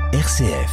RCF.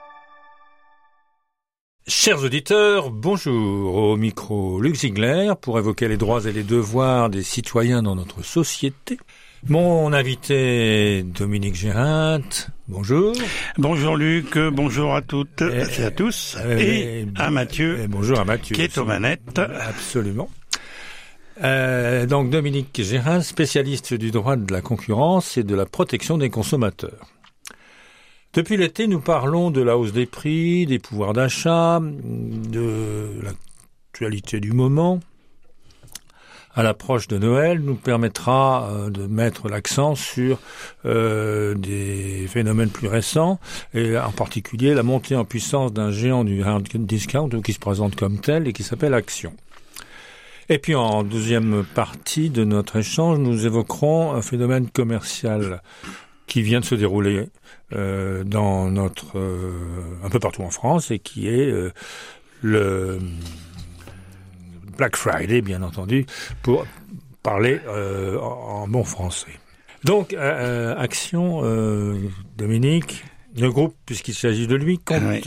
Chers auditeurs, bonjour. Au micro Luc Ziegler pour évoquer les droits et les devoirs des citoyens dans notre société. Mon invité Dominique Gérinth, bonjour. Bonjour Luc, bonjour à toutes et à tous. Et à Mathieu, bonjour à Mathieu qui est aux manettes. Absolument. Donc Dominique Gérinth, spécialiste du droit de la concurrence et de la protection des consommateurs. Depuis l'été, nous parlons de la hausse des prix, des pouvoirs d'achat, de l'actualité du moment. À l'approche de Noël, nous permettra de mettre l'accent sur des phénomènes plus récents, et en particulier la montée en puissance d'un géant du hard discount qui se présente comme tel et qui s'appelle Action. Et puis en deuxième partie de notre échange, nous évoquerons un phénomène commercial qui vient de se dérouler dans un peu partout en France et qui est le Black Friday, bien entendu, pour parler en bon français. Donc, Action, Dominique, le groupe, puisqu'il s'agit de lui, compte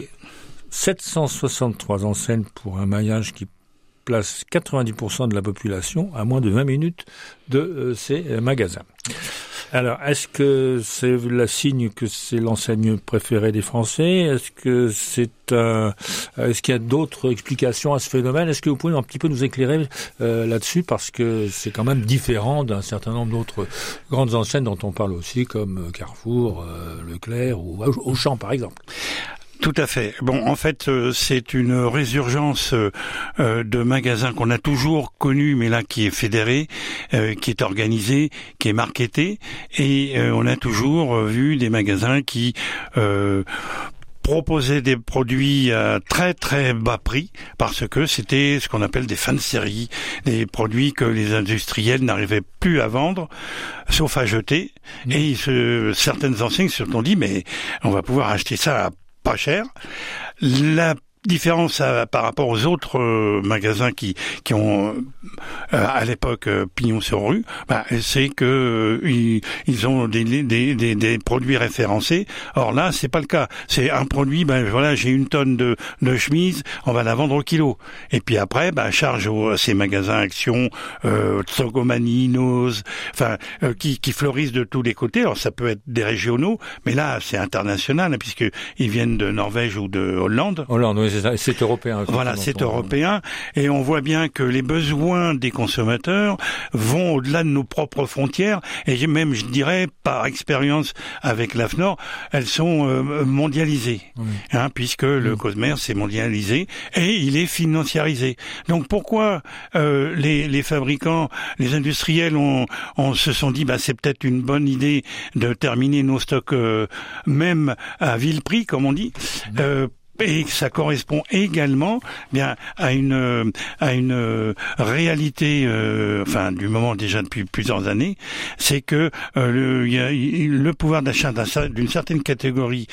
763 enseignes pour un maillage qui place 90% de la population à moins de 20 minutes de ces magasins. Alors, est-ce que c'est le signe que c'est l'enseigne préférée des Français? Est-ce qu'il y a d'autres explications à ce phénomène? Est-ce que vous pouvez un petit peu nous éclairer là-dessus? Parce que c'est quand même différent d'un certain nombre d'autres grandes enseignes dont on parle aussi, comme Carrefour, Leclerc ou Auchan, par exemple. Tout à fait. Bon, en fait, c'est une résurgence de magasins qu'on a toujours connus, mais là qui est fédéré, qui est organisé, qui est marketé, et on a toujours vu des magasins qui proposaient des produits à très très bas prix, parce que c'était ce qu'on appelle des fins de série, des produits que les industriels n'arrivaient plus à vendre, sauf à jeter, et certaines enseignes se sont dit, mais on va pouvoir acheter ça à pas cher. La différence par rapport aux autres magasins qui ont à l'époque pignon sur rue, c'est que ils ont des produits référencés. Or là, c'est pas le cas. C'est un produit, voilà, j'ai une tonne de chemises, on va la vendre au kilo. Et puis après, charge à ces magasins Action, Tsogomani, Nose, qui fleurissent de tous les côtés. Alors ça peut être des régionaux, mais là c'est international puisque ils viennent de Norvège ou de Hollande. Oui. C'est européen. Voilà, c'est européen. Et on voit bien que les besoins des consommateurs vont au-delà de nos propres frontières. Et même, je dirais, par expérience avec l'AFNOR, elles sont mondialisées. Oui. Puisque le commerce est mondialisé et il est financiarisé. Donc pourquoi les fabricants, les industriels se sont dit c'est peut-être une bonne idée de terminer nos stocks même à vil prix, comme on dit, et ça correspond également à une réalité du moment déjà depuis plusieurs années, c'est que le pouvoir d'achat d'une certaine catégorie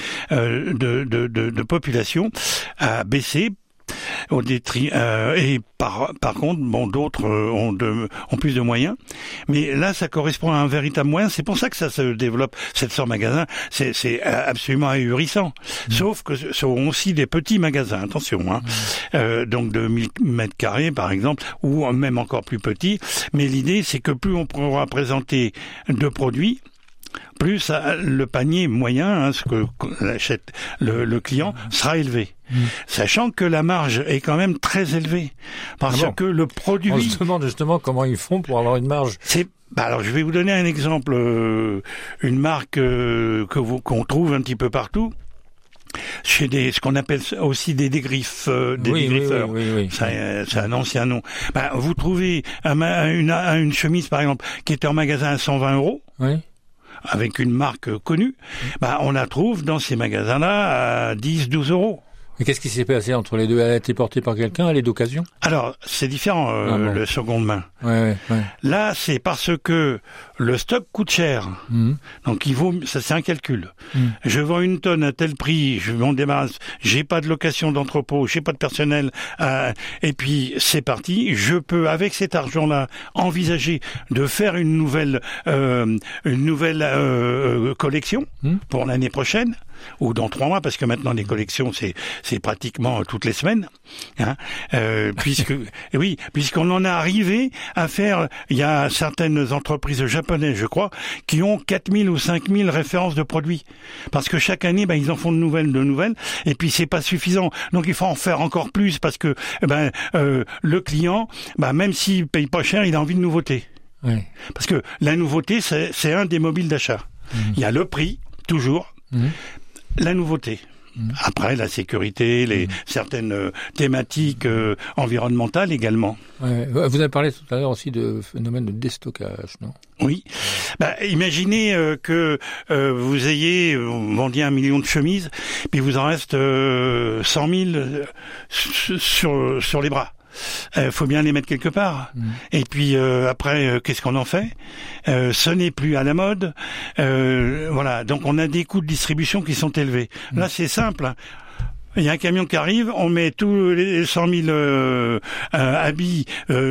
de population a baissé au et par contre, d'autres ont plus de moyens. Mais là, ça correspond à un véritable moyen. C'est pour ça que ça se développe, 700 magasins. C'est absolument ahurissant. Sauf que ce sont aussi des petits magasins, attention. Donc de 1000 mètres carrés, par exemple, ou même encore plus petits. Mais l'idée, c'est que plus on pourra présenter de produits, plus le panier moyen, ce que achète le client, sera élevé. Sachant que la marge est quand même très élevée. Parce que le produit... On se demande justement comment ils font pour avoir une marge. Alors je vais vous donner un exemple. Une marque qu'on trouve un petit peu partout. Chez ce qu'on appelle aussi des dégriffeurs. Oui. C'est un ancien nom. Vous trouvez une chemise, par exemple, qui était en magasin à 120 €. Oui. Avec une marque connue, on la trouve dans ces magasins-là à 10-12 €. Mais qu'est-ce qui s'est passé entre les deux? Elle a été portée par quelqu'un, elle est d'occasion? Alors, c'est différent, le seconde main. Ouais. Là, c'est parce que le stock coûte cher. Donc, ça c'est un calcul. Je vends une tonne à tel prix, je m'en débarrasse, j'ai pas de location d'entrepôt, j'ai pas de personnel, et puis c'est parti. Je peux, avec cet argent-là, envisager de faire une nouvelle collection pour l'année prochaine. ou dans 3 mois, parce que maintenant les collections c'est pratiquement toutes les semaines, hein, puisqu'on en est arrivé à faire, il y a certaines entreprises japonaises, je crois, qui ont 4000 ou 5000 références de produits, parce que chaque année, ils en font de nouvelles, et puis c'est pas suffisant, donc il faut en faire encore plus, parce que le client, même s'il paye pas cher, il a envie de nouveautés. Oui. Parce que la nouveauté, c'est un des mobiles d'achat. Il y a le prix, toujours, la nouveauté. Après, la sécurité, certaines thématiques environnementales également. Ouais. Vous avez parlé tout à l'heure aussi de phénomène de déstockage, non? Oui. Imaginez que vous vendiez 1 million de chemises, puis vous en reste 100 000 sur les bras. Faut bien les mettre quelque part. Et puis après, qu'est-ce qu'on en fait? Ce n'est plus à la mode. Voilà. Donc on a des coûts de distribution qui sont élevés. Là, c'est simple. Hein. Il y a un camion qui arrive, on met tous les 100 000 habits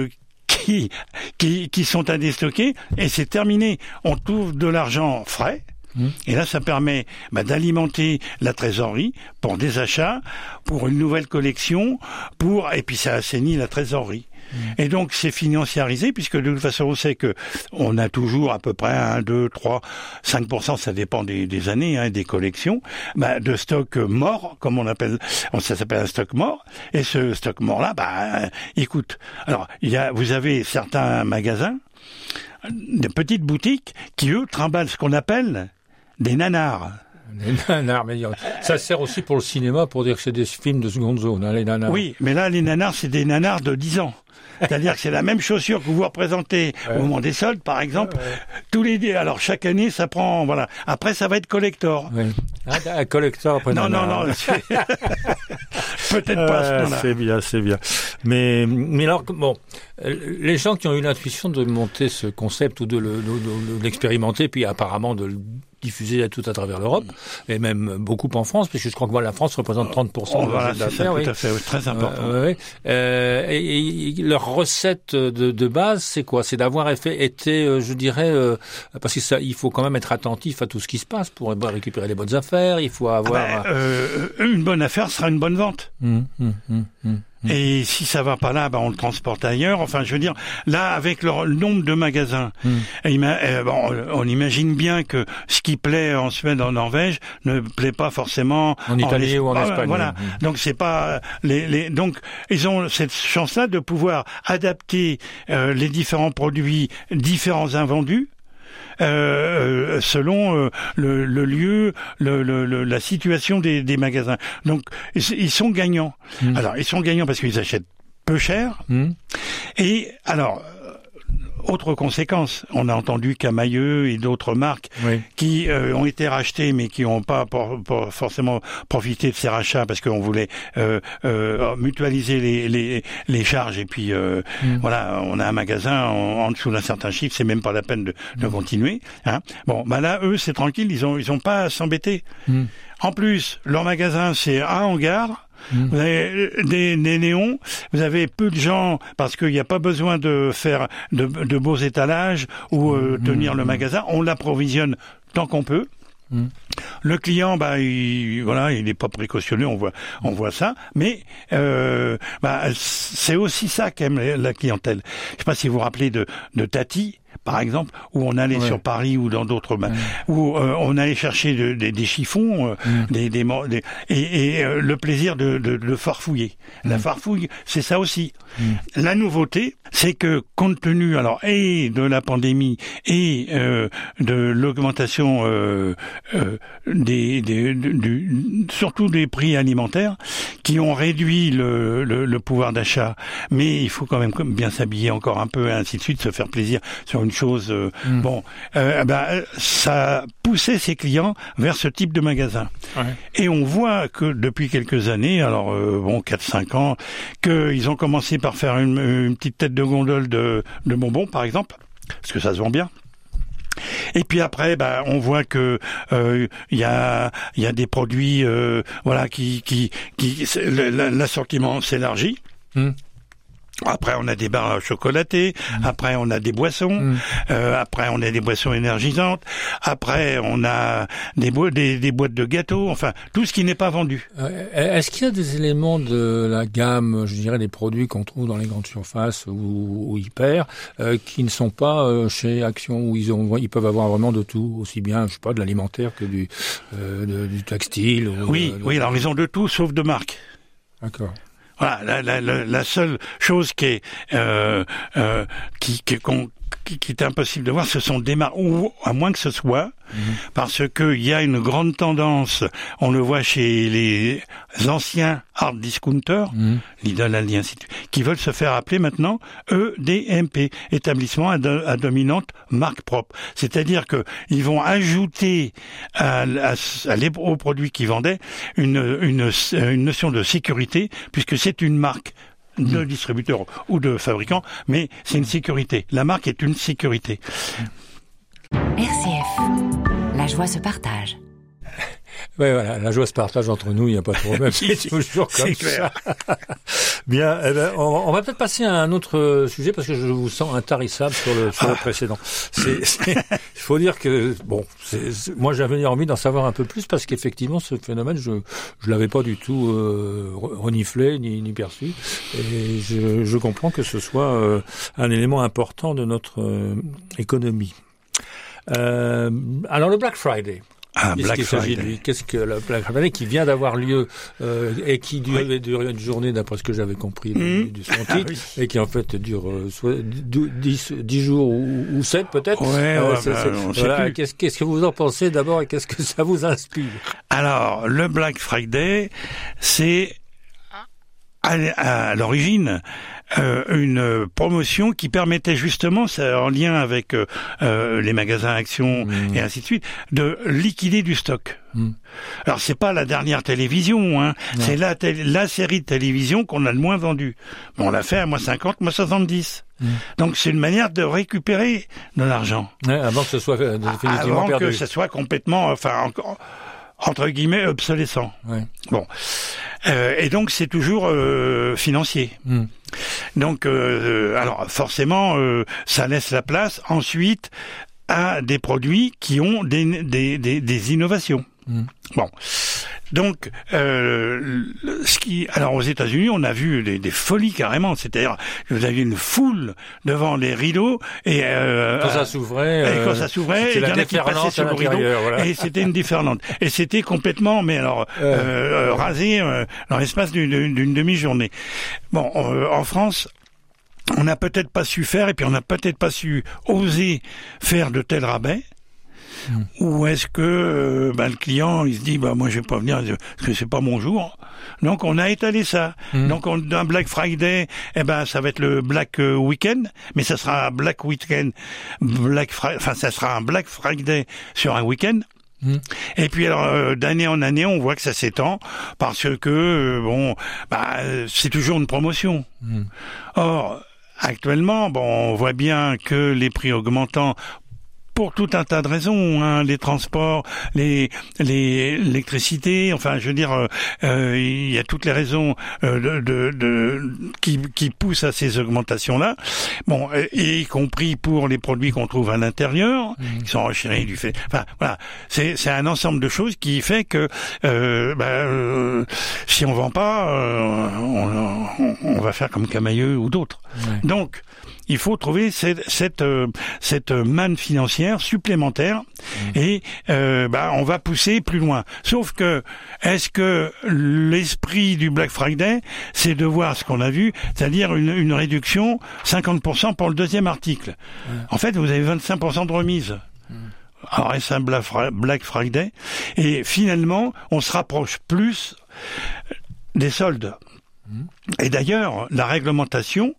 qui sont à déstocker, et c'est terminé. On trouve de l'argent frais. Et là, ça permet d'alimenter la trésorerie pour des achats, pour une nouvelle collection, et puis ça assainit la trésorerie. Et donc c'est financiarisé, puisque de toute façon on sait que on a toujours à peu près 1, 2, 3, 5%, ça dépend des années, hein, des collections, de stock mort, comme on appelle, ça s'appelle un stock mort. Et ce stock mort là, écoute, alors vous avez certains magasins, des petites boutiques qui eux trimballent ce qu'on appelle des nanars. Les nanars, mais ça sert aussi pour le cinéma, pour dire que c'est des films de seconde zone, hein, les nanars. Oui, mais là, les nanars, c'est des nanars de 10 ans. C'est-à-dire que c'est la même chaussure que vous représentez au moment des soldes, par exemple. Tous les alors chaque année, ça prend, voilà. Après, ça va être collector. Oui. Un collector après nanar. Non. Peut-être pas à ce moment-là. C'est bien. Mais alors, bon, les gens qui ont eu l'intuition de monter ce concept ou de l'expérimenter, puis apparemment de le diffuser tout à travers l'Europe, et même beaucoup en France, parce que je crois que la France représente 30% de l'affaire. C'est ça, tout à fait, très important. Et leur recette de base, c'est quoi? C'est d'avoir été, je dirais, parce que ça, il faut quand même être attentif à tout ce qui se passe pour récupérer les bonnes affaires. Il faut avoir une bonne affaire sera une bonne vente. Et si ça va pas là, on le transporte ailleurs. Enfin, je veux dire, là, avec le nombre de magasins, on imagine bien que ce qui plaît en Suède, en Norvège, ne plaît pas forcément en Italie ou en Espagne. Voilà. Donc c'est pas donc ils ont cette chance-là de pouvoir adapter les différents produits, différents invendus. Selon le lieu, la situation des magasins. Donc, ils sont gagnants. Alors, ils sont gagnants parce qu'ils achètent peu cher. Et alors, autre conséquence, on a entendu Camailleux et d'autres marques qui ont été rachetées, mais qui n'ont pas forcément profité de ces rachats parce qu'on voulait mutualiser les charges. Et puis voilà, on a un magasin en dessous d'un certain chiffre, c'est même pas la peine de continuer. Hein. Bon, là, eux, c'est tranquille, ils ont pas à s'embêter. En plus, leur magasin, c'est un hangar. Vous avez des néons, vous avez peu de gens parce qu'il n'y a pas besoin de faire de beaux étalages ou tenir le magasin. On l'approvisionne tant qu'on peut. Le client, il n'est pas précautionneux, on voit ça, mais c'est aussi ça qu'aime la clientèle. Je ne sais pas si vous vous rappelez de Tati, par exemple, où on allait sur Paris ou dans d'autres, où on allait chercher des chiffons, et le plaisir de farfouiller. La farfouille, c'est ça aussi. La nouveauté, c'est que compte tenu et de la pandémie et de l'augmentation surtout des prix alimentaires qui ont réduit le pouvoir d'achat, mais il faut quand même bien s'habiller encore un peu et ainsi de suite, se faire plaisir sur une chose. Ça poussait ses clients vers ce type de magasin. Et on voit que depuis quelques années, 4-5 ans, qu'ils ont commencé par faire une petite tête de gondole de bonbons, par exemple, parce que ça se vend bien. Et puis après, on voit que il y a des produits, l'assortiment s'élargit. Après, on a des barres chocolatées. Après, on a des boissons. Après, on a des boissons énergisantes. Après, on a des boîtes de gâteaux. Enfin, tout ce qui n'est pas vendu. Est-ce qu'il y a des éléments de la gamme, je dirais, des produits qu'on trouve dans les grandes surfaces ou hyper, qui ne sont pas chez Action, où ils peuvent avoir vraiment de tout, aussi bien, je sais pas, de l'alimentaire que du textile. Oui, alors ils ont de tout, sauf de marque. D'accord. Voilà, la seule chose qui est qui est impossible de voir, ce sont des marques, ou à moins que ce soit, parce que il y a une grande tendance, on le voit chez les anciens hard discounters, Lidl, Aldi, ainsi de suite, qui veulent se faire appeler maintenant EDMP, établissement à dominante marque propre. C'est-à-dire que ils vont ajouter aux produits qu'ils vendaient une notion de sécurité, puisque c'est une marque de distributeur ou de fabricant, mais c'est une sécurité. La marque est une sécurité. RCF, la joie se partage. Oui, voilà, la joie se partage entre nous, il n'y a pas de problème, c'est toujours comme ça. Bien, on va peut-être passer à un autre sujet, parce que je vous sens intarissable sur le précédent. Il faut dire que, bon, moi j'avais envie d'en savoir un peu plus, parce qu'effectivement, ce phénomène, je l'avais pas du tout reniflé, ni perçu, et je comprends que ce soit un élément important de notre économie. Alors, le Black Friday. Black Friday. Qu'est-ce que le Black Friday qui vient d'avoir lieu et qui dure une journée, d'après ce que j'avais compris du son titre, et qui en fait dure soit 10 jours ou 7 peut-être. Voilà. Qu'est-ce que vous en pensez d'abord, et qu'est-ce que ça vous inspire? Alors, le Black Friday, c'est à l'origine une promotion qui permettait justement, en lien avec les magasins Action et ainsi de suite, de liquider du stock. Alors c'est pas la dernière télévision, hein. C'est la série de télévision qu'on a le moins vendue. On l'a fait à moins 50, moins 70. Donc c'est une manière de récupérer de l'argent. Avant que ce soit définitivement perdu. Avant que ce soit complètement, entre guillemets, obsolescent. Bon. Et donc c'est toujours financier. Donc alors forcément ça laisse la place ensuite à des produits qui ont des innovations. Bon. Donc, alors aux États-Unis, on a vu des folies carrément. C'est-à-dire, vous aviez une foule devant les rideaux et quand ça s'ouvrait, il y en a qui passaient sur le rideau, voilà. Et c'était une déferlante. Et c'était complètement, mais alors rasé dans l'espace d'une demi-journée. Bon, en France, on n'a peut-être pas su faire, et puis on n'a peut-être pas su oser faire de tels rabais. Ou est-ce que le client il se dit moi je vais pas venir parce que c'est pas mon jour. Donc on a étalé ça. Donc un Black Friday, ça va être le Black Weekend, mais ça sera un Black Weekend, ça sera un Black Friday sur un week-end. Et puis alors d'année en année on voit que ça s'étend parce que c'est toujours une promotion. Or actuellement on voit bien que les prix augmentant pour tout un tas de raisons, hein, les transports, l'électricité, enfin, je veux dire, il y a toutes les raisons qui poussent à ces augmentations-là. Bon, y compris pour les produits qu'on trouve à l'intérieur, qui sont renchéris du fait. Enfin, voilà, c'est un ensemble de choses qui fait que si on vend pas, on va faire comme Camailleux ou d'autres. Donc, il faut trouver cette manne financière supplémentaire et on va pousser plus loin. Sauf que est-ce que l'esprit du Black Friday, c'est de voir ce qu'on a vu, c'est-à-dire une réduction 50% pour le deuxième article. En fait, vous avez 25% de remise. Alors, c'est un Black Friday et finalement, on se rapproche plus des soldes. Et d'ailleurs, la réglementation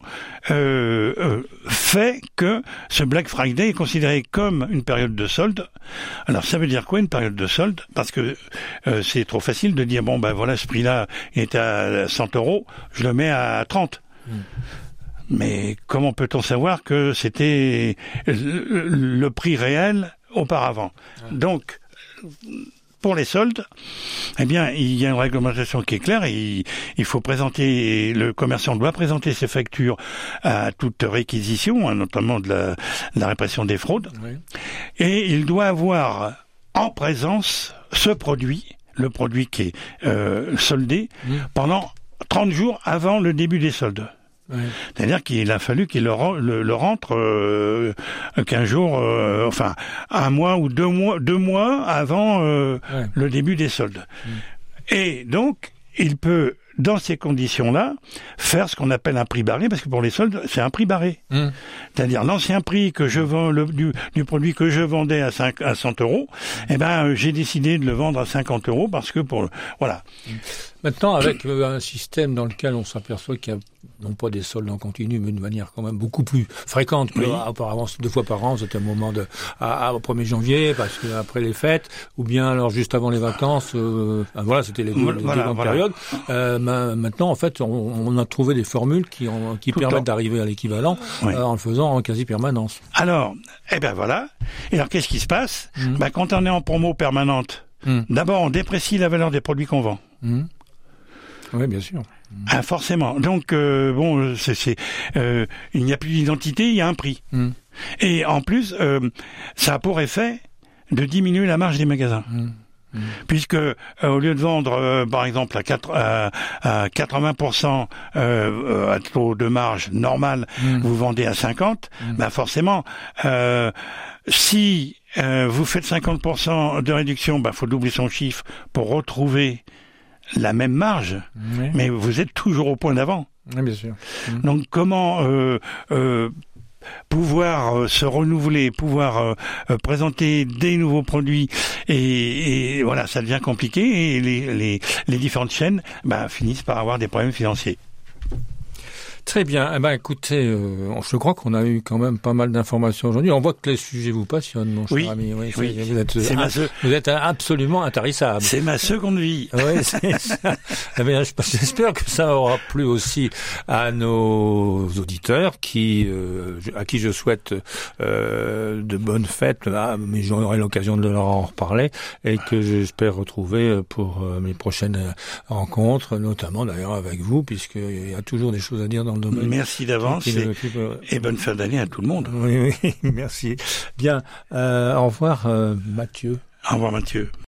fait que ce Black Friday est considéré comme une période de solde. Alors ça veut dire quoi, une période de solde? Parce que c'est trop facile de dire voilà, ce prix-là il était à 100 €, je le mets à 30. Mais comment peut-on savoir que c'était le prix réel auparavant? Donc pour les soldes, eh bien, il y a une réglementation qui est claire et il faut présenter, le commerçant doit présenter ses factures à toute réquisition, notamment de la répression des fraudes. Oui. Et il doit avoir en présence ce produit, le produit qui est soldé, pendant 30 jours avant le début des soldes. Ouais. C'est-à-dire qu'il a fallu qu'il le rentre 15 jours, enfin un mois ou 2 mois avant le début des soldes. Et donc, il peut, dans ces conditions-là, faire ce qu'on appelle un prix barré, parce que pour les soldes, c'est un prix barré. C'est-à-dire l'ancien prix que je vends du produit que je vendais à 100 €, eh ben j'ai décidé de le vendre à 50 € parce que voilà. Maintenant, avec un système dans lequel on s'aperçoit qu'il y a non pas des soldes en continu, mais de manière quand même beaucoup plus fréquente qu'auparavant, 2 fois par an, c'était un moment au 1er janvier, parce que après les fêtes, ou bien alors juste avant les vacances, voilà, c'était les deux périodes. Maintenant, en fait, on a trouvé des formules qui permettent d'arriver à l'équivalent en le faisant en quasi-permanence. Alors, eh ben voilà. Et alors, qu'est-ce qui se passe? Quand on est en promo permanente, d'abord, on déprécie la valeur des produits qu'on vend. Oui, bien sûr. Forcément. Donc, il n'y a plus d'identité, il y a un prix. Et en plus, ça a pour effet de diminuer la marge des magasins. Puisque au lieu de vendre par exemple à 80% à taux de marge normal, vous vendez à 50, forcément si vous faites 50% de réduction, faut doubler son chiffre pour retrouver la même marge, mais vous êtes toujours au point d'avant. Oui, bien sûr. Donc comment pouvoir se renouveler, pouvoir présenter des nouveaux produits et voilà, ça devient compliqué et les différentes chaînes finissent par avoir des problèmes financiers. Très bien. Écoutez, je crois qu'on a eu quand même pas mal d'informations aujourd'hui. On voit que les sujets vous passionnent, mon cher ami. Oui. Vous êtes absolument intarissable. C'est ma seconde vie. Oui, c'est ça. J'espère que ça aura plu aussi à nos auditeurs à qui je souhaite de bonnes fêtes, mais j'aurai l'occasion de leur en reparler et que j'espère retrouver pour mes prochaines rencontres, notamment d'ailleurs avec vous, puisqu'il y a toujours des choses à dire dans le domaine. Merci d'avance et bonne fin d'année à tout le monde. Oui, merci. Bien, au revoir Mathieu. Au revoir Mathieu.